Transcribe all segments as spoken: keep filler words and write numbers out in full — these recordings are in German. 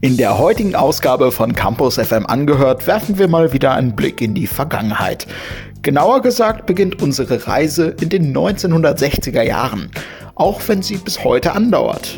In der heutigen Ausgabe von Campus F M angehört, werfen wir mal wieder einen Blick in die Vergangenheit. Genauer gesagt beginnt unsere Reise in den neunzehnhundertsechziger Jahren, auch wenn sie bis heute andauert.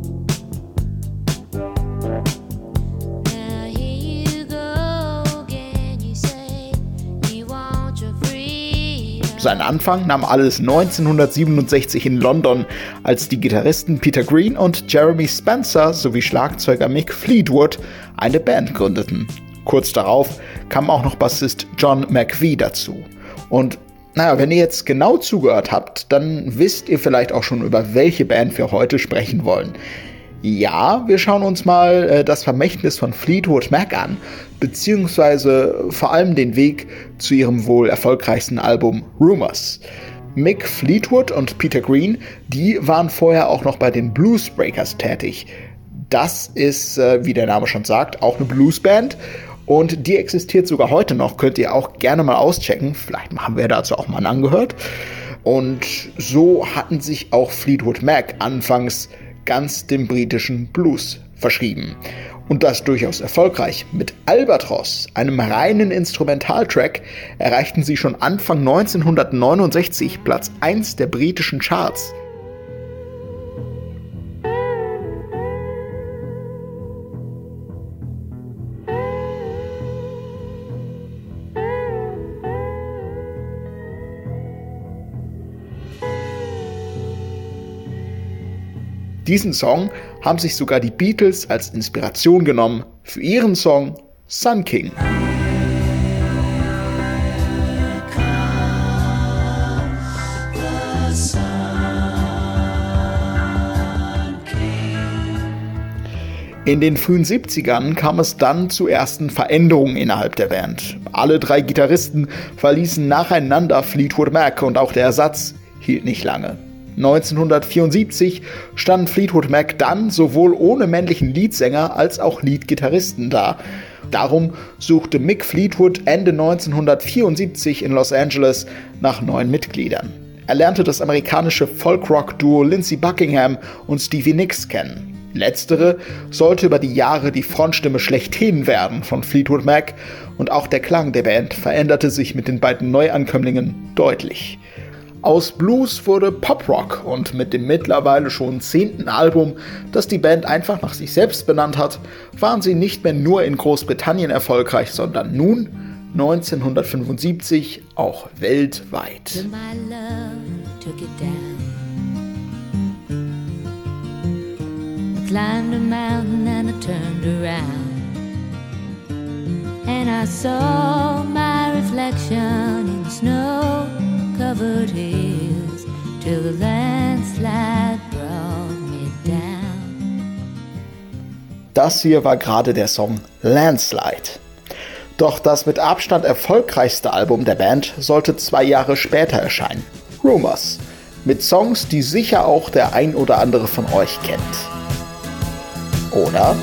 Seinen Anfang nahm alles neunzehnhundertsiebenundsechzig in London, als die Gitarristen Peter Green und Jeremy Spencer sowie Schlagzeuger Mick Fleetwood eine Band gründeten. Kurz darauf kam auch noch Bassist John McVie dazu. Und naja, wenn ihr jetzt genau zugehört habt, dann wisst ihr vielleicht auch schon, über welche Band wir heute sprechen wollen. Ja, wir schauen uns mal äh, das Vermächtnis von Fleetwood Mac an, beziehungsweise vor allem den Weg zu ihrem wohl erfolgreichsten Album Rumours. Mick Fleetwood und Peter Green, die waren vorher auch noch bei den Bluesbreakers tätig. Das ist, äh, wie der Name schon sagt, auch eine Bluesband und die existiert sogar heute noch, könnt ihr auch gerne mal auschecken, vielleicht haben wir dazu auch mal angehört. Und so hatten sich auch Fleetwood Mac anfangs ganz dem britischen Blues verschrieben. Und das durchaus erfolgreich. Mit Albatross, einem reinen Instrumentaltrack, erreichten sie schon Anfang neunzehnhundertneunundsechzig Platz eins der britischen Charts. Diesen Song haben sich sogar die Beatles als Inspiration genommen für ihren Song Sun King. In den frühen siebzigern kam es dann zu ersten Veränderungen innerhalb der Band. Alle drei Gitarristen verließen nacheinander Fleetwood Mac und auch der Ersatz hielt nicht lange. neunzehnhundertvierundsiebzig stand Fleetwood Mac dann sowohl ohne männlichen Leadsänger als auch Leadgitarristen da. Darum suchte Mick Fleetwood Ende neunzehnhundertvierundsiebzig in Los Angeles nach neuen Mitgliedern. Er lernte das amerikanische Folk-Rock-Duo Lindsey Buckingham und Stevie Nicks kennen. Letztere sollte über die Jahre die Frontstimme schlechthin werden von Fleetwood Mac und auch der Klang der Band veränderte sich mit den beiden Neuankömmlingen deutlich. Aus Blues wurde Pop-Rock und mit dem mittlerweile schon zehnten Album, das die Band einfach nach sich selbst benannt hat, waren sie nicht mehr nur in Großbritannien erfolgreich, sondern nun, neunzehnhundertfünfundsiebzig, auch weltweit. Covered hills till the landslide brought me down. Das hier war gerade der Song Landslide. Doch das mit Abstand erfolgreichste Album der Band sollte zwei Jahre später erscheinen. Rumours. Mit Songs, die sicher auch der ein oder andere von euch kennt. Oder?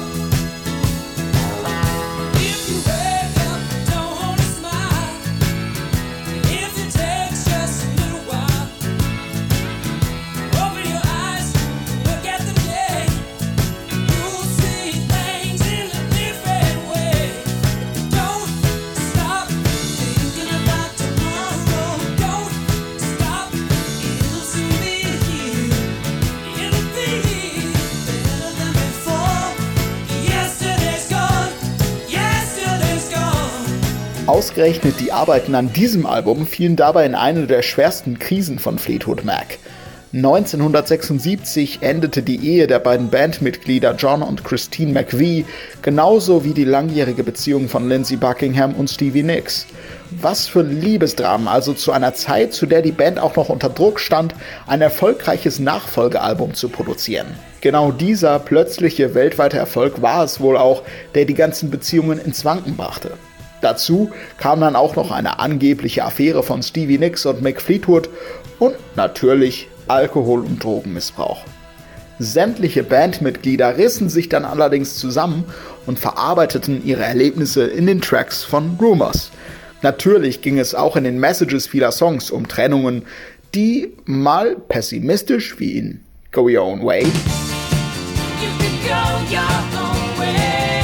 Ausgerechnet die Arbeiten an diesem Album fielen dabei in eine der schwersten Krisen von Fleetwood Mac. neunzehnhundertsechsundsiebzig endete die Ehe der beiden Bandmitglieder John und Christine McVie, genauso wie die langjährige Beziehung von Lindsey Buckingham und Stevie Nicks. Was für ein Liebesdrama, also zu einer Zeit, zu der die Band auch noch unter Druck stand, ein erfolgreiches Nachfolgealbum zu produzieren. Genau dieser plötzliche weltweite Erfolg war es wohl auch, der die ganzen Beziehungen ins Wanken brachte. Dazu kam dann auch noch eine angebliche Affäre von Stevie Nicks und Mick Fleetwood und natürlich Alkohol- und Drogenmissbrauch. Sämtliche Bandmitglieder rissen sich dann allerdings zusammen und verarbeiteten ihre Erlebnisse in den Tracks von Rumours. Natürlich ging es auch in den Messages vieler Songs um Trennungen, die mal pessimistisch wie in Go Your Own Way You can go your own way.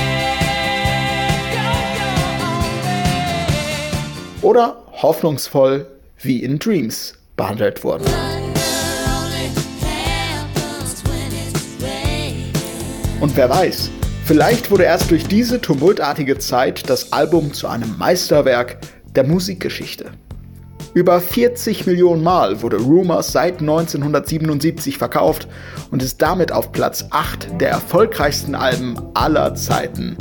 oder hoffnungsvoll wie in Dreams behandelt wurden. Und wer weiß, vielleicht wurde erst durch diese tumultartige Zeit das Album zu einem Meisterwerk der Musikgeschichte. Über vierzig Millionen Mal wurde Rumours seit neunzehnhundertsiebenundsiebzig verkauft und ist damit auf Platz acht der erfolgreichsten Alben aller Zeiten.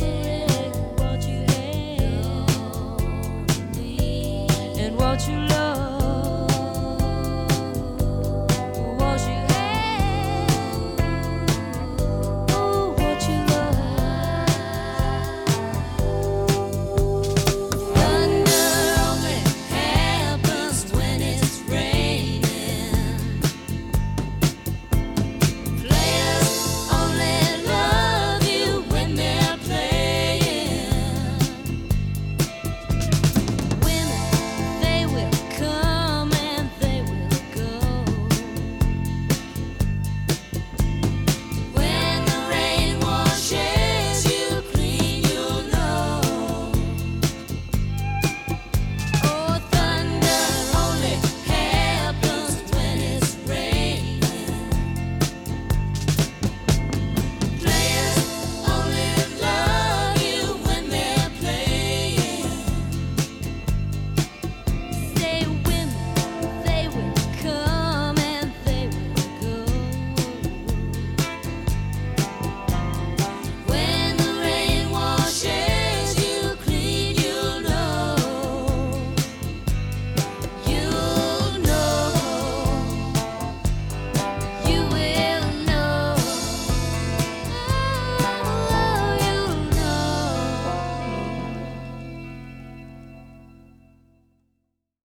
What you love